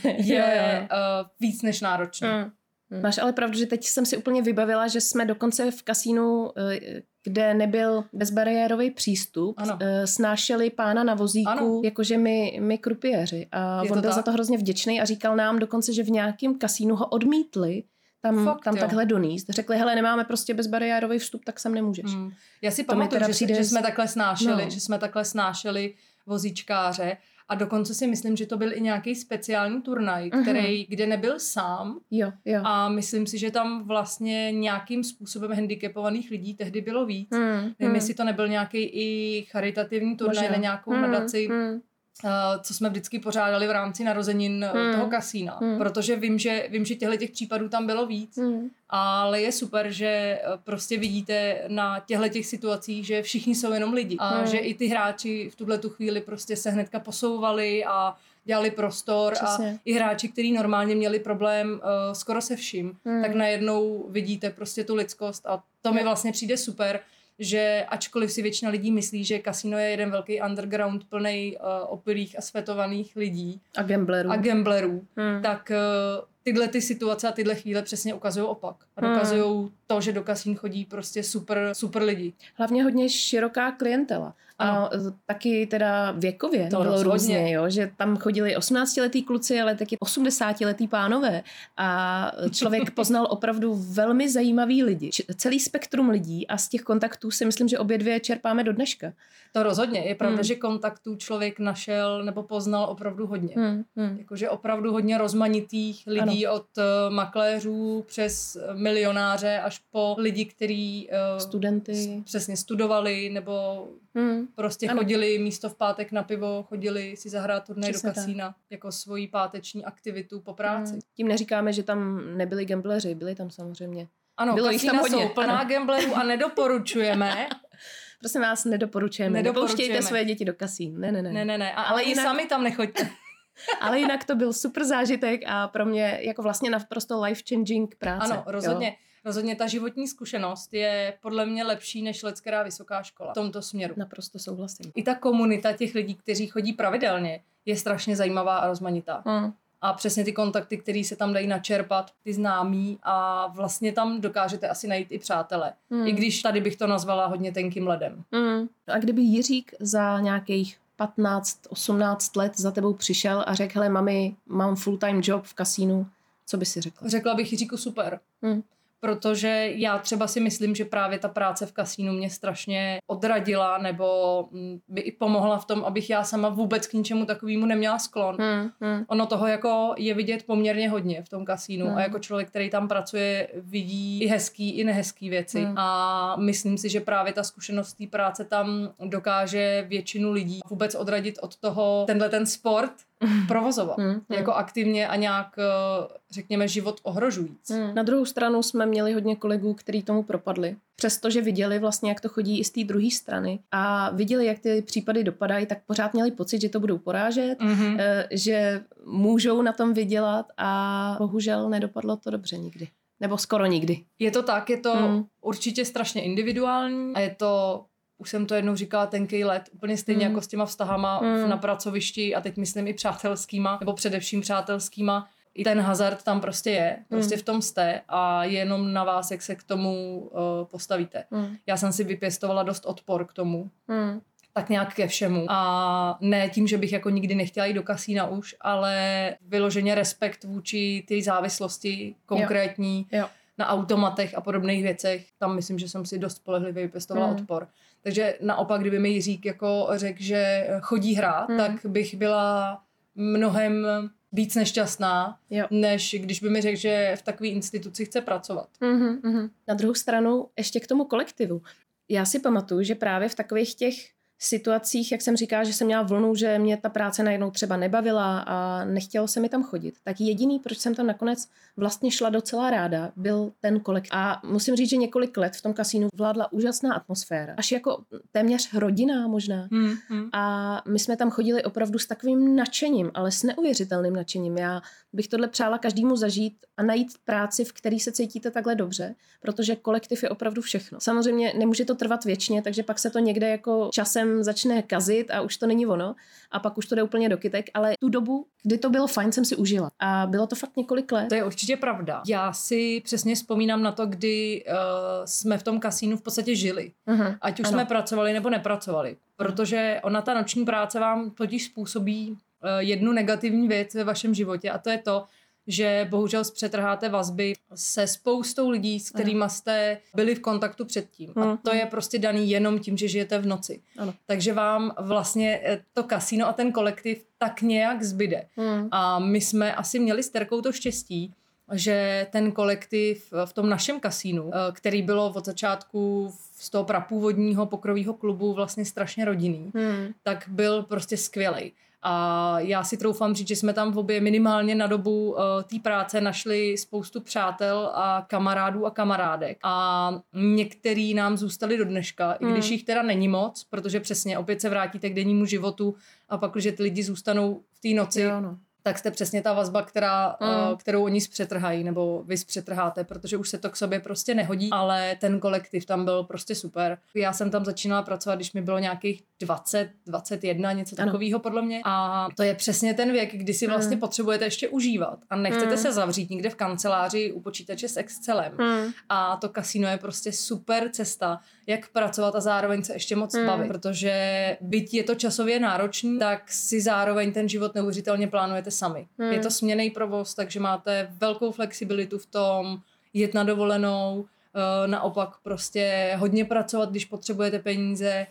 C: je víc než náročný.
B: Máš ale pravdu, že teď jsem si úplně vybavila, že jsme dokonce v kasínu, kde nebyl bezbariérový přístup, snášeli pána na vozíku, jakože my krupiéři. A on byl za to hrozně vděčný a říkal nám dokonce, že v nějakém kasínu ho odmítli tam takhle doníst. Řekli, hele, nemáme prostě bezbariérový vstup, tak sem nemůžeš.
C: Já si pamatuju, že jsme takhle snášeli vozíčkáře. A dokonce si myslím, že to byl i nějaký speciální turnaj, kde nebyl sám.
B: Jo.
C: A myslím si, že tam vlastně nějakým způsobem handicapovaných lidí tehdy bylo víc. Nevím, jestli to nebyl nějaký i charitativní turnaj na nějakou nadaci, co jsme vždycky pořádali v rámci narozenin toho kasína. Protože vím, že těch případů tam bylo víc. Ale je super, že prostě vidíte na těchto situacích, že všichni jsou jenom lidi. A že i ty hráči v tuhletu chvíli prostě se hnedka posouvali a dělali prostor. Přesně. A i hráči, kteří normálně měli problém skoro se vším, tak najednou vidíte prostě tu lidskost a to mi vlastně přijde super, že ačkoliv si většina lidí myslí, že kasino je jeden velký underground plnej opilých a svetovaných lidí
B: a gamblerů,
C: tak tyhle ty situace a tyhle chvíle přesně ukazují opak. A dokazují to, že do kasín chodí prostě super lidi.
B: Hlavně hodně široká klientela. A taky teda věkově to bylo různě, jo? Že tam chodili 18letý kluci, ale taky 80letý pánové. A člověk poznal opravdu velmi zajímavý lidi. Celý spektrum lidí a z těch kontaktů si myslím, že obě dvě čerpáme do dneška.
C: To rozhodně. Je pravda, že kontaktů člověk našel nebo poznal opravdu hodně. Jakože opravdu hodně rozmanitých lidí od makléřů přes milionáře až po lidi, kteří
B: studenty
C: přesně studovali nebo prostě chodili místo v pátek na pivo, chodili si zahrát turnaj do kasína jako svoji páteční aktivitu po práci.
B: Tím neříkáme, že tam nebyli gambleři, byli tam samozřejmě.
C: Ano, bylo kasína jsou plná gamblerů a nedoporučujeme.
B: Prosím vás, nedoporučujeme. Nepouštějte své děti do kasín.
C: Ne. Ale i sami tam nechoďte.
B: Ale jinak to byl super zážitek a pro mě jako vlastně naprosto life-changing práce.
C: Ano, rozhodně.
B: Jo.
C: rozhodně ta životní zkušenost je podle mě lepší než leckerá vysoká škola v tomto směru.
B: Naprosto souhlasím.
C: I ta komunita těch lidí, kteří chodí pravidelně, je strašně zajímavá a rozmanitá. A přesně ty kontakty, které se tam dají načerpat, ty známí a vlastně tam dokážete asi najít i přátele. I když tady bych to nazvala hodně tenkým ledem.
B: A kdyby Jiřík za nějakých 15-18 let za tebou přišel a řekl, hele mami, mám full-time job v kasínu, co by si řekla?
C: Řekla bych Jiříku super. Protože já třeba si myslím, že právě ta práce v kasínu mě strašně odradila nebo by i pomohla v tom, abych já sama vůbec k ničemu takovému neměla sklon. Ono toho jako je vidět poměrně hodně v tom kasínu a jako člověk, který tam pracuje, vidí i hezký, i nehezký věci. A myslím si, že právě ta zkušenost té práce tam dokáže většinu lidí vůbec odradit od toho ten sport provozovat. Jako aktivně a nějak, řekněme, život ohrožujíc.
B: Na druhou stranu jsme měli hodně kolegů, kteří tomu propadli. Přestože viděli vlastně, jak to chodí i z té druhé strany a viděli, jak ty případy dopadají, tak pořád měli pocit, že to budou porážet, že můžou na tom vydělat a bohužel nedopadlo to dobře nikdy. Nebo skoro nikdy.
C: Je to tak, je to určitě strašně individuální a je to, už jsem to jednou říkala, tenkej led, úplně stejně jako s těma vztahama na pracovišti a teď myslím i přátelskýma, nebo především přátelskýma. I ten hazard tam prostě je, prostě v tom jste a je jenom na vás, jak se k tomu postavíte. Já jsem si vypěstovala dost odpor k tomu, tak nějak ke všemu. A ne tím, že bych jako nikdy nechtěla jít do kasína už, ale vyloženě respekt vůči té závislosti konkrétní. Jo. Na automatech a podobných věcech, tam myslím, že jsem si dost spolehlivě vypěstovala odpor. Takže naopak, kdyby mi Jiřík jako řekl, že chodí hrát, tak bych byla mnohem víc nešťastná, než když by mi řekl, že v takové instituci chce pracovat.
B: Na druhou stranu ještě k tomu kolektivu. Já si pamatuju, že právě v takových těch situacích, jak jsem říkala, že jsem měla vlnu, že mě ta práce najednou třeba nebavila a nechtělo se mi tam chodit, tak jediný, proč jsem tam nakonec vlastně šla docela ráda, byl ten kolektiv. A musím říct, že několik let v tom kasínu vládla úžasná atmosféra. Až jako téměř rodinná možná. A my jsme tam chodili opravdu s takovým nadšením, ale s neuvěřitelným nadšením. Já bych tohle přála každému zažít a najít práci, v který se cítíte takhle dobře, protože kolektiv je opravdu všechno. Samozřejmě nemůže to trvat věčně, takže pak se to někde jako časem začne kazit a už to není ono a pak už to jde úplně do kytek, ale tu dobu, kdy to bylo fajn, jsem si užila. A bylo to fakt několik let.
C: To je určitě pravda. Já si přesně vzpomínám na to, kdy jsme v tom kasínu v podstatě žili. Ať už jsme pracovali nebo nepracovali. Protože ona ta noční práce vám totiž způsobí jednu negativní věc ve vašem životě a to je to, že bohužel zpřetrháte vazby se spoustou lidí, s kterými jste byli v kontaktu předtím. A to je prostě daný jenom tím, že žijete v noci. Takže vám vlastně to kasíno a ten kolektiv tak nějak zbyde. A my jsme asi měli s Terkou to štěstí, že ten kolektiv v tom našem kasínu, který bylo od začátku z toho prapůvodního pokrového klubu vlastně strašně rodinný, tak byl prostě skvělej. A já si troufám říct, že jsme tam v obě minimálně na dobu té práce našli spoustu přátel a kamarádů a kamarádek. A některý nám zůstali do dneška, i když jich teda není moc, protože přesně opět se vrátíte k dennímu životu a pak, když ty lidi zůstanou v té noci, tak jste přesně ta vazba, kterou oni zpřetrhají, nebo vy zpřetrháte, protože už se to k sobě prostě nehodí, ale ten kolektiv tam byl prostě super. Já jsem tam začínala pracovat, když mi bylo nějakých 20, 21, něco takového podle mě. A to je přesně ten věk, kdy si vlastně potřebujete ještě užívat a nechcete se zavřít někde v kanceláři u počítače s Excelem. A to kasino je prostě super cesta, jak pracovat a zároveň se ještě moc bavit, protože byť je to časově náročný, tak si zároveň ten život neuvěřitelně plánujete sami. Je to směnný provoz, takže máte velkou flexibilitu v tom jet na dovolenou, naopak prostě hodně pracovat, když potřebujete peníze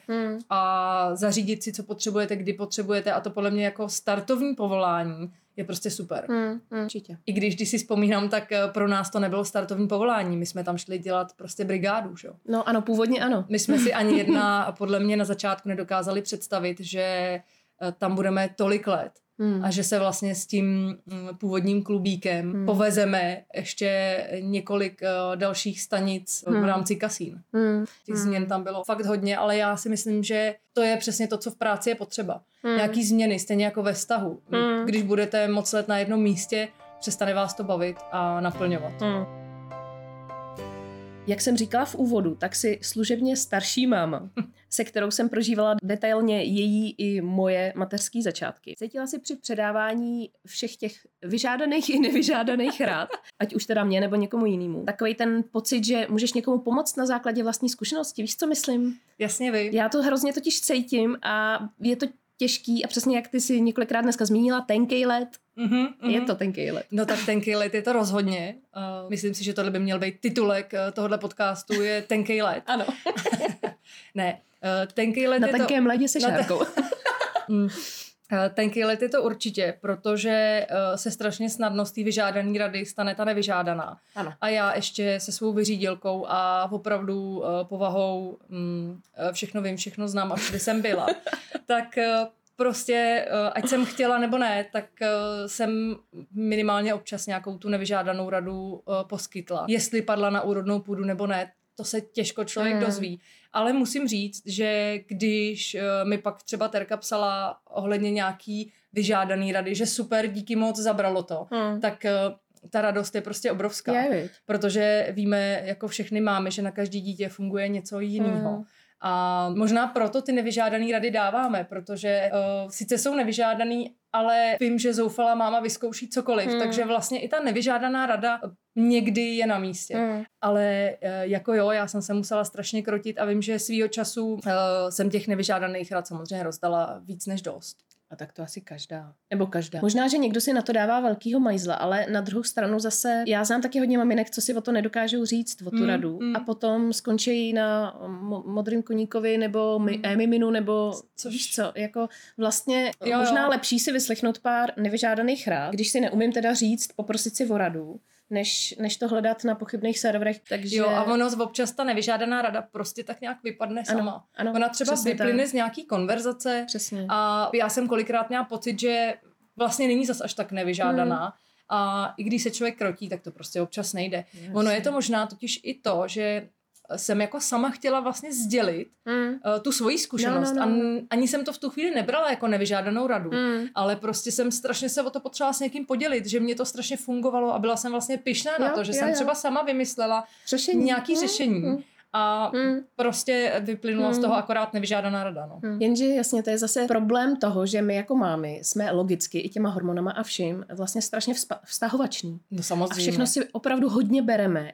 C: a zařídit si, co potřebujete, kdy potřebujete a to podle mě jako startovní povolání je prostě super.
B: Určitě.
C: I když si vzpomínám, tak pro nás to nebylo startovní povolání. My jsme tam šli dělat prostě brigádu, že?
B: No ano, původně ano.
C: My jsme si ani jedna podle mě na začátku nedokázali představit, že tam budeme tolik let. A že se vlastně s tím původním klubíkem povezeme ještě několik dalších stanic v rámci kasín. Těch změn tam bylo fakt hodně, ale já si myslím, že to je přesně to, co v práci je potřeba. Nějaký změny, stejně jako ve vztahu. Když budete moc let na jednom místě, přestane vás to bavit a naplňovat.
B: Jak jsem říkala v úvodu, tak si služebně starší máma, se kterou jsem prožívala detailně její i moje mateřské začátky. Cítila si při předávání všech těch vyžádaných i nevyžádaných rád, ať už teda mě nebo někomu jinému. Takový ten pocit, že můžeš někomu pomoct na základě vlastní zkušenosti. Víš, co myslím?
C: Jasně vím.
B: Já to hrozně totiž cítím a je to těžký a přesně jak ty si několikrát dneska zmínila, tenkej led. Je to tenkej led.
C: No tak tenkej led je to rozhodně. Myslím si, že tohle by měl být titulek tohohle podcastu, je tenkej led.
B: Ano.
C: Ne, tenkej led
B: na
C: je to...
B: Na tenkém ledě se šárkou.
C: Tenkej led je to určitě, protože se strašně snadno z té vyžádaný rady stane ta nevyžádaná.
B: Ano.
C: A já ještě se svou vyřídilkou a opravdu povahou všechno vím, všechno znám a všude jsem byla, tak prostě, ať jsem chtěla nebo ne, tak jsem minimálně občas nějakou tu nevyžádanou radu poskytla. Jestli padla na úrodnou půdu nebo ne, to se těžko člověk dozví. Ale musím říct, že když mi pak třeba Terka psala ohledně nějaký vyžádaný rady, že super, díky moc, zabralo to, tak ta radost je prostě obrovská. Protože víme, jako všechny máme, že na každý dítě funguje něco jiného. A možná proto ty nevyžádaný rady dáváme, protože sice jsou nevyžádaný, ale vím, že zoufalá máma vyzkouší cokoliv, takže vlastně i ta nevyžádaná rada někdy je na místě. Ale jako jo, já jsem se musela strašně krotit a vím, že svýho času jsem těch nevyžádaných rad samozřejmě rozdala víc než dost.
B: A tak to asi každá. Nebo každá. Možná, že někdo si na to dává velkýho majzla, ale na druhou stranu zase, já znám taky hodně maminek, co si o to nedokážou říct, o tu radu. A potom skončí na Modrým koníkovi nebo Miminu, nebo víš co, jako vlastně možná lepší si vyslechnout pár nevyžádaných rád, když si neumím teda říct, poprosit si o radu, než to hledat na pochybných serverech. Takže...
C: Jo, a ono občas ta nevyžádaná rada prostě tak nějak vypadne sama.
B: Ano,
C: ona třeba vyplyne z nějaký konverzace.
B: Přesně.
C: A já jsem kolikrát měla pocit, že vlastně není zas až tak nevyžádaná. A i když se člověk krotí, tak to prostě občas nejde. Jasně. Ono je to možná totiž i to, že jsem jako sama chtěla vlastně sdělit tu svoji zkušenost. A ani jsem to v tu chvíli nebrala jako nevyžádanou radu, ale prostě jsem strašně se o to potřebovala s někým podělit, že mě to strašně fungovalo a byla jsem vlastně pyšná na to, že jsem třeba sama vymyslela nějaký řešení. A prostě vyplynula z toho akorát nevyžádaná rada. No.
B: Jenže jasně, to je zase problém toho, že my jako mámy jsme logicky i těma hormonama a vším vlastně strašně vztahovační.
C: No samozřejmě.
B: A všechno si opravdu hodně bereme,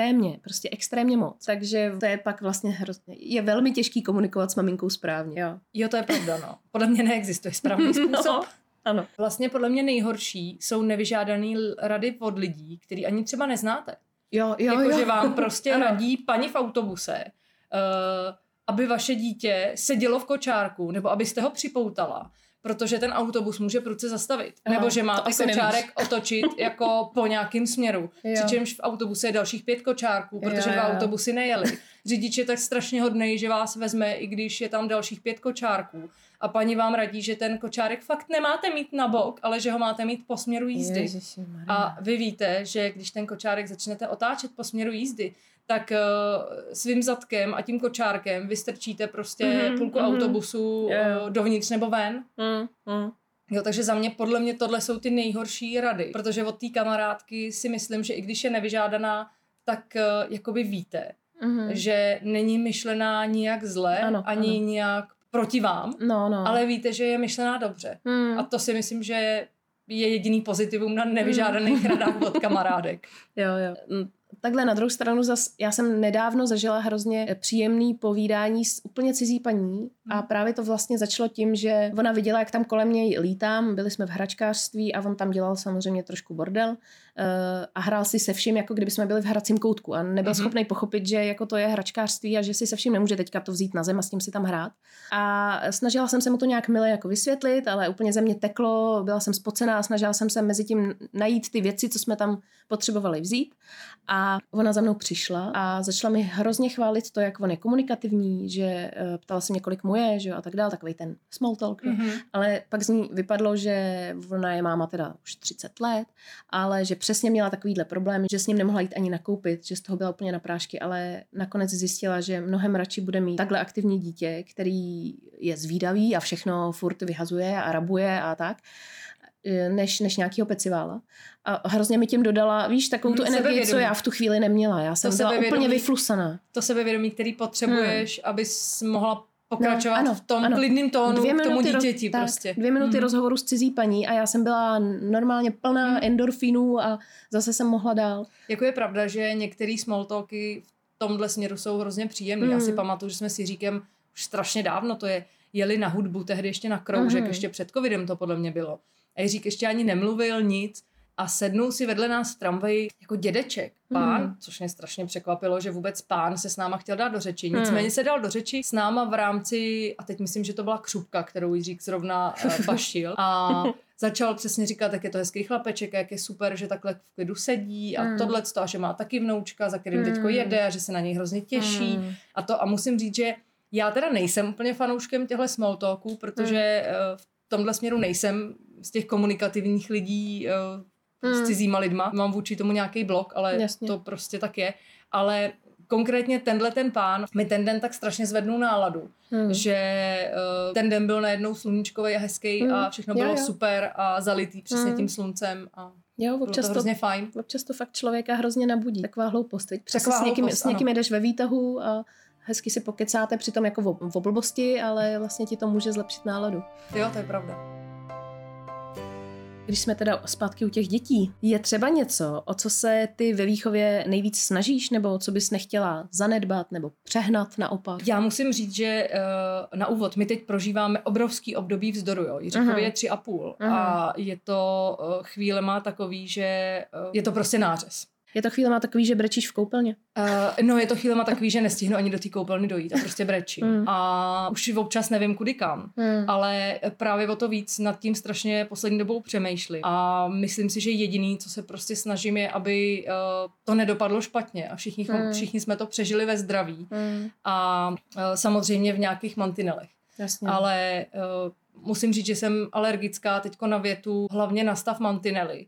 B: extrémně moc. Takže to je pak vlastně je velmi těžký komunikovat s maminkou správně.
C: Jo, to je pravda, no. Podle mě neexistuje správný způsob.
B: No. Ano.
C: Vlastně podle mě nejhorší jsou nevyžádaný rady od lidí, který ani třeba neznáte.
B: Jo.
C: Že vám prostě radí paní v autobuse, aby vaše dítě sedělo v kočárku, nebo abyste ho připoutala, protože ten autobus může prudce zastavit. Nebo že máte kočárek otočit jako po nějakým směru. Přičemž v autobuse je dalších 5 kočárků, protože 2 autobusy nejeli. Řidič je tak strašně hodnej, že vás vezme, i když je tam dalších 5 kočárků. A paní vám radí, že ten kočárek fakt nemáte mít na bok, ale že ho máte mít po směru jízdy. A vy víte, že když ten kočárek začnete otáčet po směru jízdy, tak svým zadkem a tím kočárkem vystrčíte prostě půlku autobusu dovnitř nebo ven. Jo, takže za mě, podle mě tohle jsou ty nejhorší rady, protože od té kamarádky si myslím, že i když je nevyžádaná, tak jakoby víte, že není myšlená nijak zle, ani nijak proti vám, ale víte, že je myšlená dobře. A to si myslím, že je jediný pozitivum na nevyžádaných radách od kamarádek.
B: Jo. Takhle na druhou stranu já jsem nedávno zažila hrozně příjemný povídání s úplně cizí paní a právě to vlastně začalo tím, že ona viděla, jak tam kolem něj lítám, byli jsme v hračkářství a on tam dělal samozřejmě trošku bordel a hrál si se vším, jako kdyby jsme byli v hracím koutku a nebyl schopný pochopit, že jako to je hračkářství a že si se vším nemůže teďka to vzít na zem a s tím si tam hrát. A snažila jsem se mu to nějak milé jako vysvětlit, ale úplně ze mě teklo, byla jsem spocená a snažila jsem se mezi tím najít ty věci, co jsme tam potřebovali vzít. A ona za mnou přišla a začala mi hrozně chválit to, jak on je komunikativní, že ptala se mě, kolik mu je, že jo, a tak dál, takovej ten small talk. Ale pak z ní vypadlo, že ona je máma teda už 30 let, ale že přesně měla takovýhle problém, že s ním nemohla jít ani nakoupit, že z toho byla úplně na prášky, ale nakonec zjistila, že mnohem radši bude mít takhle aktivní dítě, který je zvídavý a všechno furt vyhazuje a rabuje a tak, než nějakýho pecivála. A hrozně mi tím dodala, víš, takovou tu energii, co já v tu chvíli neměla. Já jsem byla úplně vyflusaná.
C: To sebevědomí, který potřebuješ, abys mohla pokračovat v tom klidným tónu k tomu dítěti prostě. 2 minuty rozhovoru s cizí paní a já jsem byla normálně plná endorfinů a zase jsem mohla dál. Jako je pravda, že některý small talky v tomhle směru jsou hrozně příjemný. Já si pamatuju, že jsme s Jiříkem už strašně dávno, jeli na hudbu, tehdy ještě na kroužek, ještě před covidem to podle mě bylo. A Jiřík ještě ani nemluvil nic a sednul si vedle nás v tramvaji jako dědeček, pán, což mě strašně překvapilo, že vůbec pán se s náma chtěl dát do řeči. Nicméně se dal do řeči s náma v rámci, a teď myslím, že to byla křupka, kterou Jiřík zrovna baštil a začal přesně říkat, jak je to hezký chlapeček, jak je super, že takhle v klidu sedí a tohleto, a že má taky vnoučka, za kterým teďko jede a že se na něj hrozně těší a musím říct, že já teda nejsem úplně fanouškem těchto small talků, protože v tomhle směru nejsem z těch komunikativních lidí s cizíma lidma. Mám vůči tomu nějaký blok, ale to prostě tak je. Ale konkrétně ten pán mi ten den tak strašně zvednul náladu, že ten den byl najednou sluníčkový a hezký a všechno bylo super a zalitý přesně tím sluncem a bylo to hrozně fajn.
B: Občas to fakt člověka hrozně nabudí. Taková hloupost. Přesně s někým jdeš ve výtahu a hezky si pokecáte přitom jako v blbosti, ale vlastně ti to může zlepšit náladu.
C: Jo, to je pravda.
B: Když jsme teda zpátky u těch dětí, je třeba něco, o co se ty ve výchově nejvíc snažíš, nebo co bys nechtěla zanedbat nebo přehnat naopak?
C: Já musím říct, že na úvod my teď prožíváme obrovský období vzdoru. Jo. Jiříkovi je 3,5 a je to chvílema takový, že je to prostě nářez.
B: Je to chvílema takový, že brečíš v koupelně?
C: No, je to chvílema takový, že nestihnu ani do té koupelny dojít a prostě brečím. A už občas nevím kudy kam. Ale právě o to víc nad tím strašně poslední dobou přemýšlím. A myslím si, že jediný, co se prostě snažím, je, aby to nedopadlo špatně. A všichni jsme to přežili ve zdraví. A samozřejmě v nějakých mantinelech.
B: Jasně.
C: Ale musím říct, že jsem alergická teďko na větu, hlavně na stav mantinely.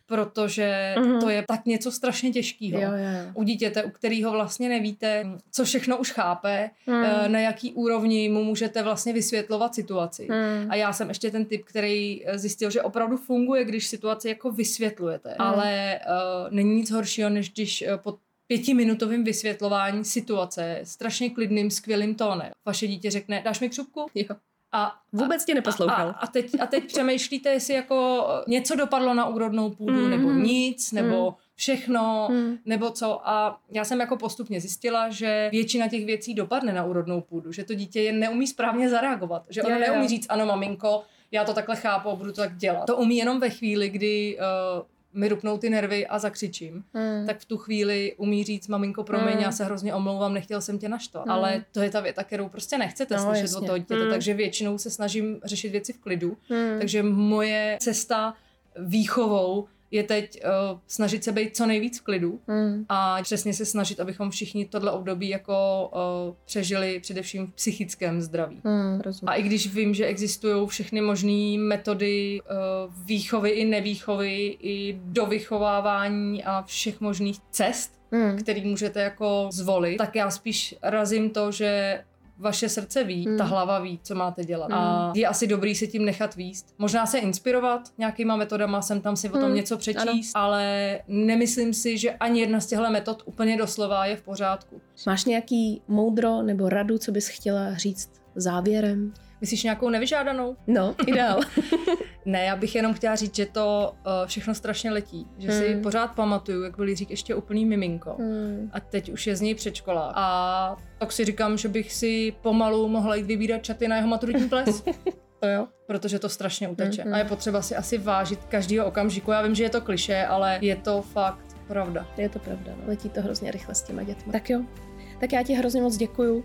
C: Protože to je tak něco strašně těžkého. U dítěte, u kterého vlastně nevíte, co všechno už chápe, na jaký úrovni mu můžete vlastně vysvětlovat situaci. A já jsem ještě ten typ, který zjistil, že opravdu funguje, když situaci jako vysvětlujete. Ale není nic horšího, než když po 5minutovým vysvětlování situace strašně klidným, skvělým tónem vaše dítě řekne, dáš mi křupku?
B: Jo. A vůbec tě neposlouchal.
C: A teď přemýšlíte, jestli jako něco dopadlo na úrodnou půdu, nebo nic, nebo všechno, nebo co. A já jsem jako postupně zjistila, že většina těch věcí dopadne na úrodnou půdu, že to dítě jen neumí správně zareagovat. Že ono neumí říct, ano maminko, já to takhle chápu a budu to tak dělat. To umí jenom ve chvíli, kdy mi rupnou ty nervy a zakřičím, tak v tu chvíli umí říct, maminko, promiň, já se hrozně omlouvám, nechtěl jsem tě naštvat. Ale to je ta věta, kterou prostě nechcete slyšet od toho dítěte, takže většinou se snažím řešit věci v klidu. Takže moje cesta výchovou je teď snažit se být co nejvíc v klidu a přesně se snažit, abychom všichni tohle období jako přežili především v psychickém zdraví. A i když vím, že existují všechny možné metody výchovy i nevýchovy, i dovychovávání a všech možných cest, který můžete jako zvolit, tak já spíš razím to, že vaše srdce ví, ta hlava ví, co máte dělat. A je asi dobrý se tím nechat vést. Možná se inspirovat nějakýma metodama, sem tam si o tom něco přečíst, ale nemyslím si, že ani jedna z těchto metod úplně doslova je v pořádku.
B: Máš nějaký moudro nebo radu, co bys chtěla říct závěrem?
C: Myslíš nějakou nevyžádanou?
B: No, ideál.
C: Ne, já bych jenom chtěla říct, že to všechno strašně letí. Že si pořád pamatuju, jak byl Jiřík ještě úplný miminko. A teď už je z něj předškolák. A tak si říkám, že bych si pomalu mohla jít vybírat čaty na jeho maturitní ples.
B: To jo.
C: Protože to strašně uteče. A je potřeba si asi vážit každýho okamžiku. Já vím, že je to klišé, ale je to fakt pravda.
B: Je to pravda, no. Letí to hrozně rychle s těma dětmi. Tak jo. Tak já ti hrozně moc děkuju,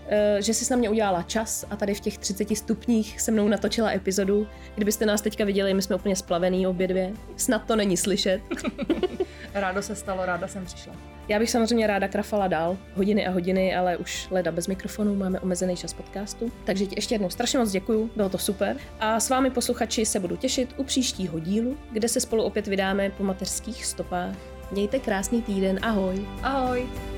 B: že jsi na mě udělala čas a tady v těch 30 stupních se mnou natočila epizodu. Kdybyste nás teďka viděli, my jsme úplně splavený obě dvě. Snad to není slyšet.
C: Rádo se stalo, ráda jsem přišla.
B: Já bych samozřejmě ráda krafala dál, hodiny a hodiny, ale už leda bez mikrofonu, máme omezený čas podcastu. Takže ti ještě jednou strašně moc děkuju, bylo to super. A s vámi posluchači se budu těšit u příštího dílu, kde se spolu opět vydáme po mateřských stopách. Mějte krásný týden, ahoj.
C: Ahoj.